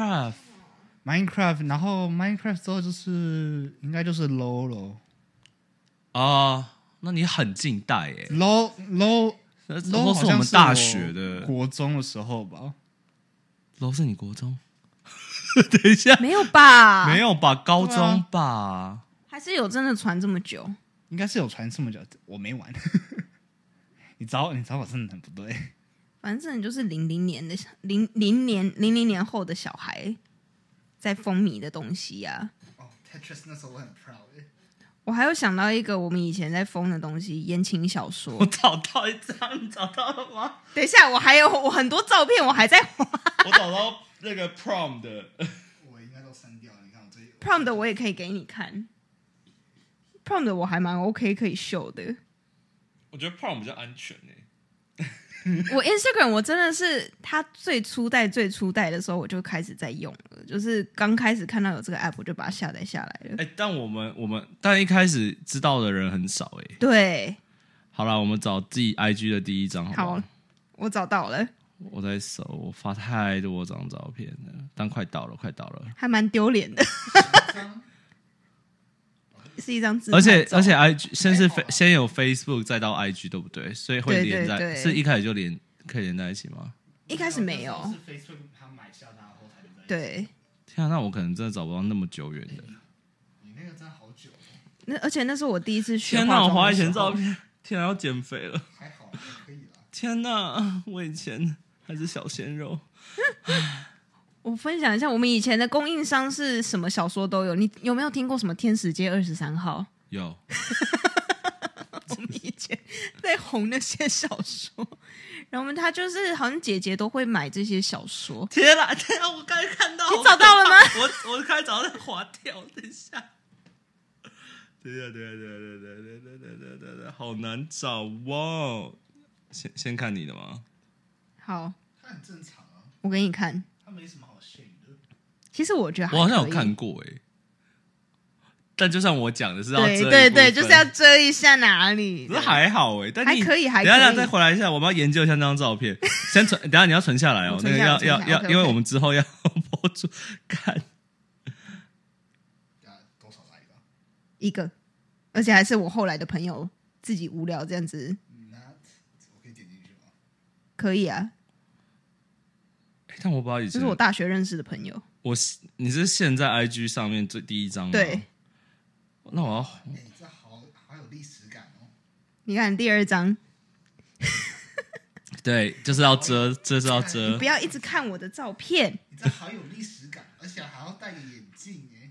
，Minecraft，Minecraft， 然后 Minecraft 之后就是应该就是 Low 咯。 哦，那你很近代耶 ，Low Low Low 是我们大学的国中的时候吧 ？Low 是你国中？等一下， 没有吧？ 没有吧？高中吧？啊、 还是有真的传这么久？ 应该是有传这么久，我没玩。你找你找我真的很不对。 反正你就是零零年的零零年零零年后的小孩在风靡的东西啊。 哦 ，Tetris 那时候我很 proud 欸。 我还有想到一个我们以前在疯的东西，言情小说。 我找到一张，你找到了吗？ 等一下，我还有我很多照片，我还在滑。 我找到那个 prom 的， 我应该都删掉了。你看我这 prom 的我也可以给你看 ，prom 的我还蛮 OK 可以秀的。 我觉得 prom 比较安全诶、欸。 我 Instagram 我真的是它最初代最初代的时候我就开始在用了，就是刚开始看到有这个 app 我就把它下载下来了。 哎、欸，但我们我们但一开始知道的人很少哎、欸。 对， 好啦，我们找自己 I G 的第一张好不好？ 好，我找到了。 我在搜，我发太多张照片了，但快到了，快到了， 还蛮丢脸的。是一张自拍而且照而且 I G 先是先有 Facebook 再到 I G 对不对？所以会连在， 对对对是一开始就连可以连在一起吗？ 一开始没有， 是 Facebook 他买下他后台就在。 对。 天啊，那我可能真的找不到那么久远的。 你那个真的好久、哦。 那而且那是我第一次学天化妆的时候。 哪，我滑以前照片，天哪，要减肥了。 还好，还可以啦。 天哪，我以前还是小鲜肉。 我分享一下，我们以前的供应商是什么小说都有。你有没有听过什么《天使街二十三号》？ 有。 我们以前在红那些小说，然后我们他就是好像姐姐都会买这些小说。 天哪，天哪！我刚才看到， 你找到了吗？ 我我刚才找到滑掉，等一下。对呀对呀对呀对呀对呀对呀对呀对呀，好难找哦。先先看你的吗？ 好， 它很正常啊。 我给你看。 它没什么好炫的。 其实我觉得还我好像有看过哎、欸，但就像我讲的是要遮一部分， 对对对，就是要遮一下哪里。 可是还好哎、欸，但还可以，还可以。 等一下再回来一下，我们要研究一下那张照片。先存，等一下你要存下来哦，那个要要要， okay, okay. 因为我们之后要播出看。 多少来一个？ 一个，而且还是我后来的朋友自己无聊这样子。 Not, 我可以点进去吗？ 可以啊。 但我不知道以前， 这是我大学认识的朋友。 我你是现在 I G 上面最第一张吗？ 对。 那我要， 哎、欸，这好好有历史感哦。 你看第二张。 对，就是要遮，这是要遮。 你不要一直看我的照片。 你这好有历史感，而且还要戴个眼镜哎。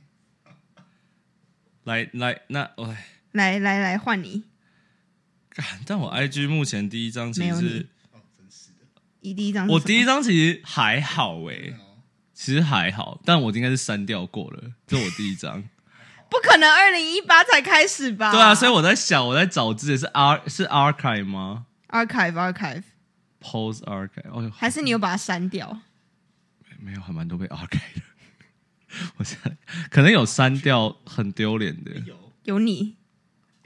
来来，那我来来来换你。 但我 I G 目前第一张其实是， 哦，真是的。 你第一张， 我第一张其实还好哎、欸，其实还好，但我应该是删掉过了，这是我第一张。 不可能，二零一八才开始吧？ 对啊，所以我在想，我在找之前是 R 是 archive 吗 ？archive archive post archive， 哦， 还是你有把它删掉？ 没有，还蛮多被 archive 的。我现在可能有删掉，很丢脸的。 有有你。 哎，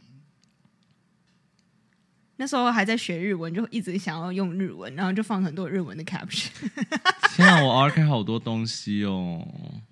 那时候还在学日文，就一直想要用日文，然后就放很多日文的 caption。 天啊，我 archive 好多东西哦。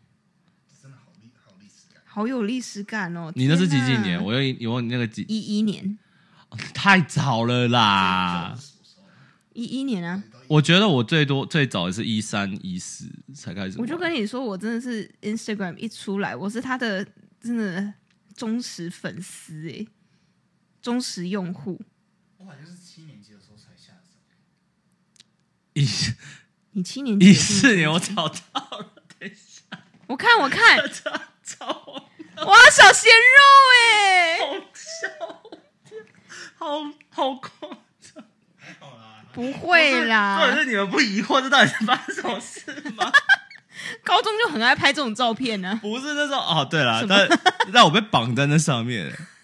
好有历史感哦！ 你那是几几年？我有有你那个几一一年、 哦，太早了啦！ 一一年啊！ 我觉得我最多最早的是一三一四才开始。 我就跟你说，我真的是 Instagram 一出来，我是他的真的忠实粉丝哎，忠实用户。 我好像是七年级的时候才下载。 一你七年级？ 一四年我找到了，等一下， 我看我看。 超哇，小鲜肉哎， 好笑，好好夸张， 还好啦， 不会啦， 或者是你们不疑惑这到底是发生什么事吗？ 高中就很爱拍这种照片呢、啊， 不是那种哦，对了，但但我被绑在那上面，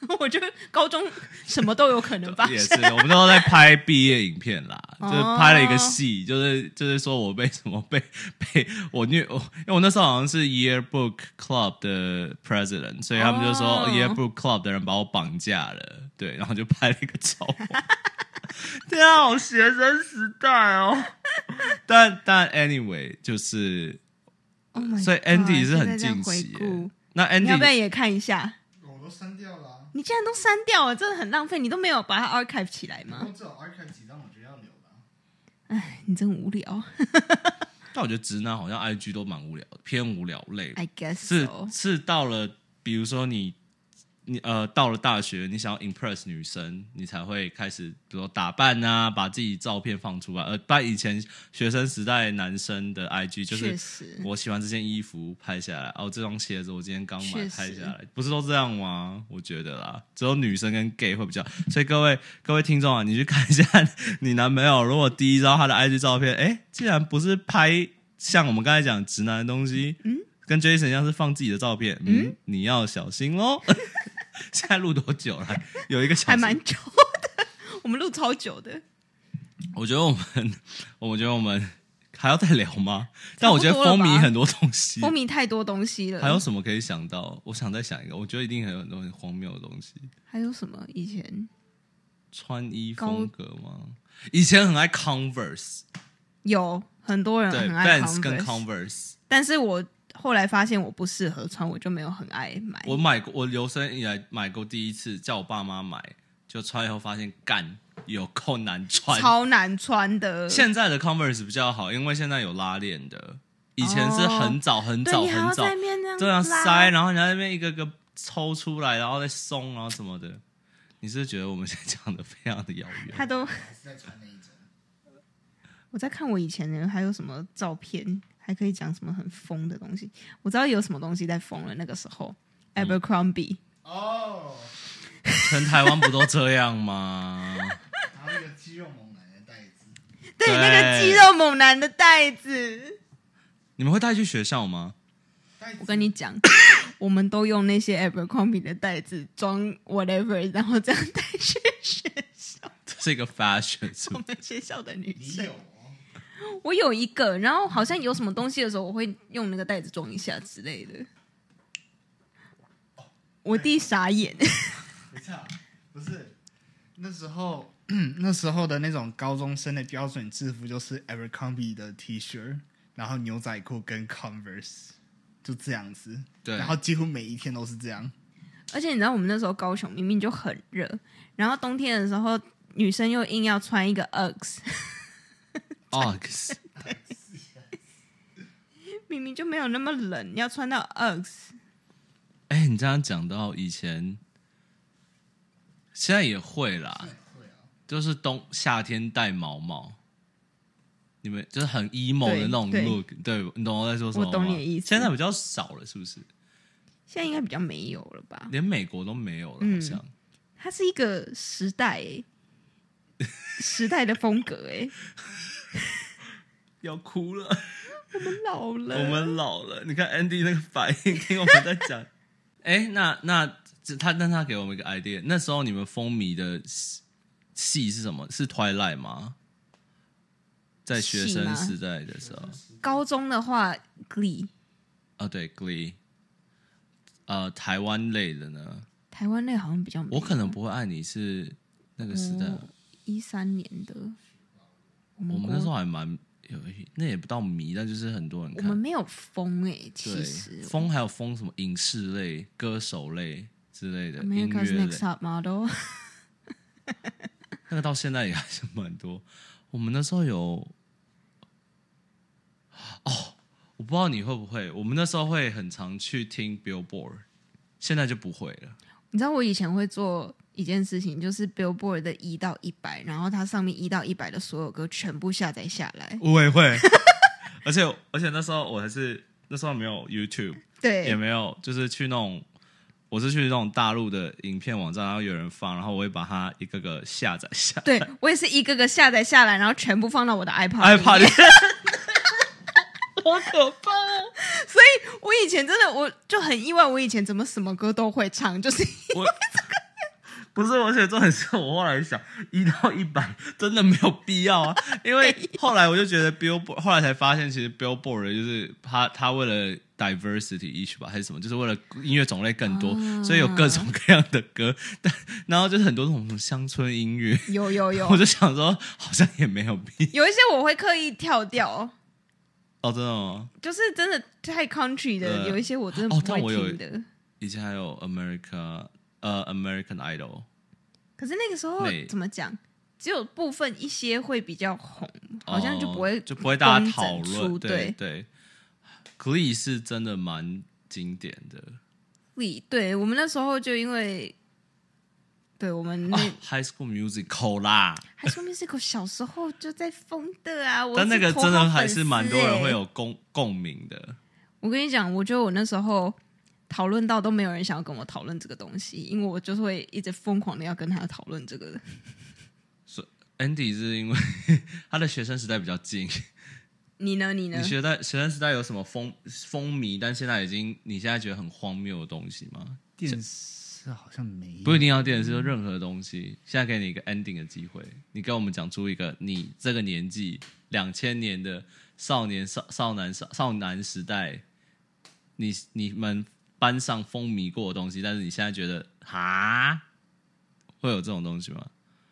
我觉得高中什么都有可能发生。 也是，我们都在拍毕业影片啦，就是拍了一个戏，就是就是说我被什么被被我虐，因为我那时候好像是 Yearbook Club 的 president， 所以他们就说、oh. Yearbook Club 的人把我绑架了，对，然后就拍了一个照。对啊，好学生时代哦。但但 anyway 就是， oh 所以 Andy 是很近期耶。那 Andy 你要不要也看一下？ 我都删掉了、啊。 你竟然都删掉了，真的很浪费。你都没有把它 archive 起来吗？ 我只有 archive 几张，我觉得要留的、啊。 哎，你真无聊。 但我觉得直男好像 I G 都蛮无聊的，偏無聊類。 I guess so. 是是到了，比如說你你呃到了大學，你想要 impress 女生，你才會開始，比如說打扮啊，把自己照片放出來。而不然以前學生時代男生的 I G 就是我喜歡這件衣服拍下來，哦，這雙鞋子我今天剛買拍下來，不是都這樣嗎？我覺得啦，只有女生跟 gay 會比較。所以各位各位聽眾啊，你去看一下你男朋友，如果第一張他的 I G 照片，哎，竟然不是拍像我們剛才講直男的東西，嗯，跟 Jason 一樣是放自己的照片，嗯，嗯你要小心咯。现在录多久了？有一个小时， 还蛮久的。我们录超久的。 我觉得我们，我觉得我们还要再聊吗？但我觉得风靡很多东西， 风靡太多东西了。 还有什么可以想到？我想再想一个，我觉得一定还有很多很荒谬的东西。 还有什么？以前穿衣风格吗？以前很爱 Converse， 有很多人很爱 Vans 跟 Converse， 但是我。后来发现我不适合穿，我就没有很爱买。 我买过，我留生以来买过第一次，叫我爸妈买，就穿以后发现干有够难穿， 超难穿的。 现在的 Converse 比较好，因为现在有拉链的，以前是很早很早很早这样塞，然后你在那边一个个抽出来，然后再松，然后什么的。你是不是觉得我们现在讲的非常的遥远？ 他都我在看我以前的还有什么照片。还可以讲什么很疯的东西？我知道有什么东西在疯了。那个时候 ，Abercrombie 哦， 全台湾不都这样吗？ 然后那个肌肉猛男的袋子， 对，那个肌肉猛男的袋子， 你们会带去学校吗？ 我跟你讲，我们都用那些 Abercrombie 的袋子装 whatever， 然后这样带去学校。 这是一个 fashion， 是我们学校的女生。 你有我有一个，然后好像有什么东西的时候，我会用那个袋子装一下之类的。我弟傻眼。 没错，不是那时候，那时候的那种高中生的标准制服就是 Abercrombie 的 T 恤，然后牛仔裤跟 Converse， 就这样子。 对， 然后几乎每一天都是这样。 而且你知道，我们那时候高雄明明就很热，然后冬天的时候，女生又硬要穿一个 Uggs。 Uggs 明明就没有那么冷，你要穿到 Uggs。 哎、欸，你这样讲到以前，现在也会啦， 会啊、 就是冬夏天戴毛毛，你们就是很 emo 的那种 look， 对, 对，你懂我在说什么吗？ 我懂你的意思。 现在比较少了，是不是？ 现在应该比较没有了吧？ 连美国都没有了，好像。嗯、 它是一个时代、欸，时代的风格、欸，哎。 要哭了， 我们老了， 我们老了。你看 Andy 那个反应，听我们在讲。哎、欸，那那他，但他给我们一个 idea。那时候你们风靡的戏是什么？是 Twilight 吗？在学生时代的时候， 高中的话 Glee。 哦，对 Glee。呃，台湾类的呢？ 台湾类好像比较没有。 我可能不会爱你是那个时代， 一三、哦、年的。 我们, 我们那时候还蛮。有那也不到迷，但就是很多人看。 我们没有疯哎、欸，其实疯还有疯什么影视类、歌手类之类的， America's 音乐类 Next Top Model 那个到现在也还是蛮多。我们那时候有哦，我不知道你会不会，我们那时候会很常去听 Billboard， 现在就不会了。 你知道我以前会做一件事情，就是 Billboard 的一到一百，然后它上面一到一百的所有歌全部下载下来。 我也会，而且而且那时候我还是那时候没有 YouTube， 对， 也没有就是去那种，我是去那种大陆的影片网站，然后有人放，然后我会把它一个个下载下来。 对，我也是一个个下载下来，然后全部放到我的 iPod iPod 里面。 好可怕、啊！所以我以前真的我就很意外，我以前怎么什么歌都会唱，就是因为这个不是，而且重点是我后来想，一到一百真的没有必要啊，因为后来我就觉得 Billboard， 后来才发现，其实 Billboard 就是他他为了 diversity issue 吧，还是什么，就是为了音乐种类更多，哦、所以有各种各样的歌，但然后就是很多那种乡村音乐， 有有有， 我就想说，好像也没有必要， 有一些我会刻意跳掉。 哦，真的吗？ 就是真的太 country 的，有一些我真的不会听的。哦、 以前还有 America 呃 American Idol， 可是那个时候怎么讲？只有部分一些会比较红，好像就不会、 哦、就不会大家讨论。 对对 ，Glee 是真的蛮经典的。 Glee 对我们那时候就因为。对我们那、 哦、High School Musical 啦 ，High School Musical 小时候就在疯的啊！我但那个真的还是蛮多人会有共共鸣的。 我跟你讲，我觉得我那时候讨论到都没有人想要跟我讨论这个东西，因为我就是会一直疯狂的要跟他讨论这个。 所以 Andy 是因为他的学生时代比较近。 你呢？你呢？ 你学在学生时代有什么风风靡，但现在已经你现在觉得很荒谬的东西吗？ 电视。这好像没有， 不一定要电视，就任何东西。现在给你一个 ending 的机会，你跟我们讲出一个你这个年纪两千年的少年少少男少少男时代，你你们班上风靡过的东西，但是你现在觉得哈，会有这种东西吗？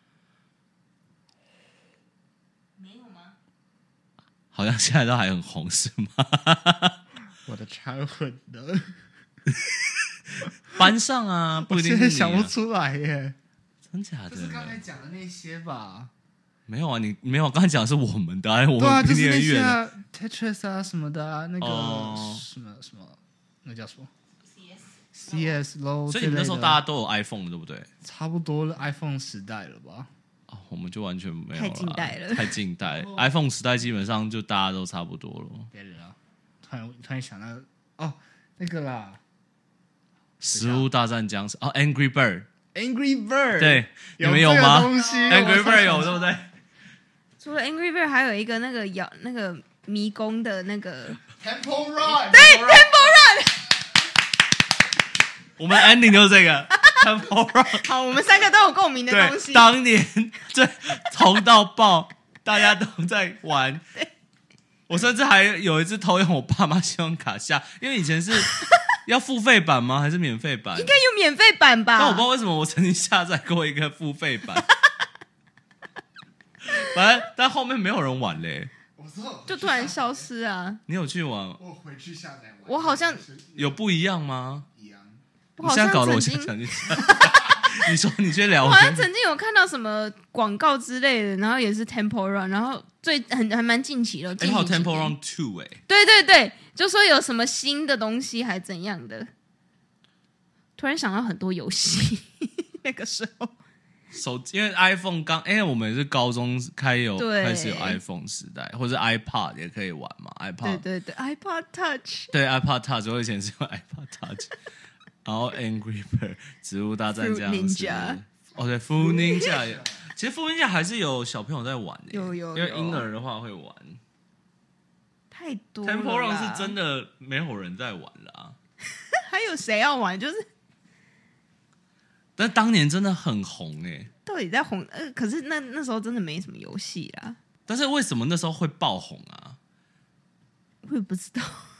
没有吗？ 好像现在都还很红，是吗？ 我的 childhood 的。 班上啊，不一定是你、啊、 我现在想不出来耶， 真假的？ 就是刚才讲的那些吧？ 没有啊，你没有，刚才讲的是我们的、啊，我对啊， 们就是那些、啊、Tetris 啊什么的啊，那个、 哦、 什么什么，那叫什么 C S low， 所以你们那时候大家都有 iPhone 对不对？ 差不多 iPhone 时代了吧？ 哦，我们就完全没有了， 太近代了， 太近代。哦、iPhone 时代基本上就大家都差不多了。 别人啊，突然突然想到哦，那个啦。 食物大战僵尸哦 ，Angry Bird，Angry Bird， 对，你们有吗 ？Angry Bird 有对不对？ 除了 Angry Bird， 还有一个那个摇那个迷宫的那个 Temple Run， 对 Temple Run， 我们 ending 就是这个 Temple Run。 好，我们三个都有共鸣的东西。 当年最红到爆，大家都在玩。我甚至还有一次偷用我爸妈信用卡下，因为以前是。要付费版吗？还是免费版？ 应该有免费版吧。 但我不知道为什么我曾经下载过一个付费版，反正但后面没有人玩嘞， 就突然消失啊。 你有去玩？ 我回去下载玩。 我好像有不一样吗？ 一样。 你现在搞得我现在想去。你说你先聊。 我好像曾经有看到什么广告之类的，然后也是 Temple Run， 然后最很还蛮近期的。哎， 还有 Temple Run Two 哎。 对对对，就说有什么新的东西还怎样的。突然想到很多游戏，那个时候。 手因为 iPhone 刚，因为我们是高中开有开始有 iPhone 时代，或者 iPod 也可以玩嘛 ，iPod 对对对 ，iPod Touch， 对 iPod Touch， 我以前是用 iPod Touch。然后 Angry Bird 植物大战僵尸，哦对 ，Fruit Ninja， 其实 Fruit Ninja 还是有小朋友在玩的， 有有， 因为婴儿的话会玩。 太多了 ，Temple Run 是真的没有人在玩了啊。 还有谁要玩？就是， 但当年真的很红哎、欸。 到底在红？呃，可是那那时候真的没什么游戏啦。 但是为什么那时候会爆红啊？ 我也不知道。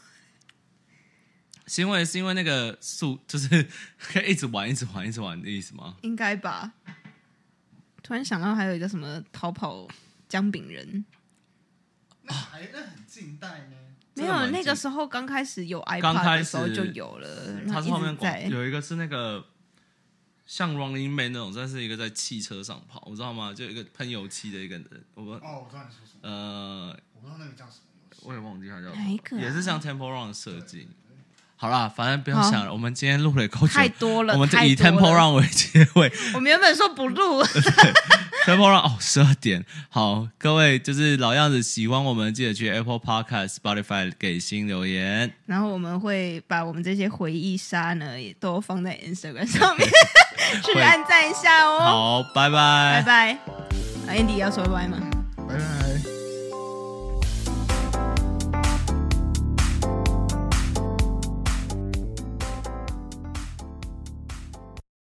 是因为是因为那个速就是可以一直玩一直玩一直玩的意思吗？ 应该吧。突然想到还有一个什么逃跑姜饼人， 那还那很近代呢。 没有，那个时候刚开始有 iPad 的时候就有了。 它是后面广有一个是那个像 Running Man 那种，但是一个在汽车上跑，我知道吗？就一个喷油漆的一个人，我不哦，我知道你说什么。 呃， 我不知道那个叫什么游戏， 我也忘记它叫什么。 哪一个、啊？ 也是像 Temple Run 的设计。好啦，反正不要想了。我们今天录了够久， 太多了， 我们就以 Temple Run 为结尾。 我们原本说不录 ，Temple Run 哦，十二点。好，各位就是老样子，喜欢我们记得去 Apple Podcast、Spotify 给星留言。 然后我们会把我们这些回忆杀呢，也都放在 Instagram 上面去按赞一下哦。 好，拜拜， 拜拜。Andy 要说拜拜吗？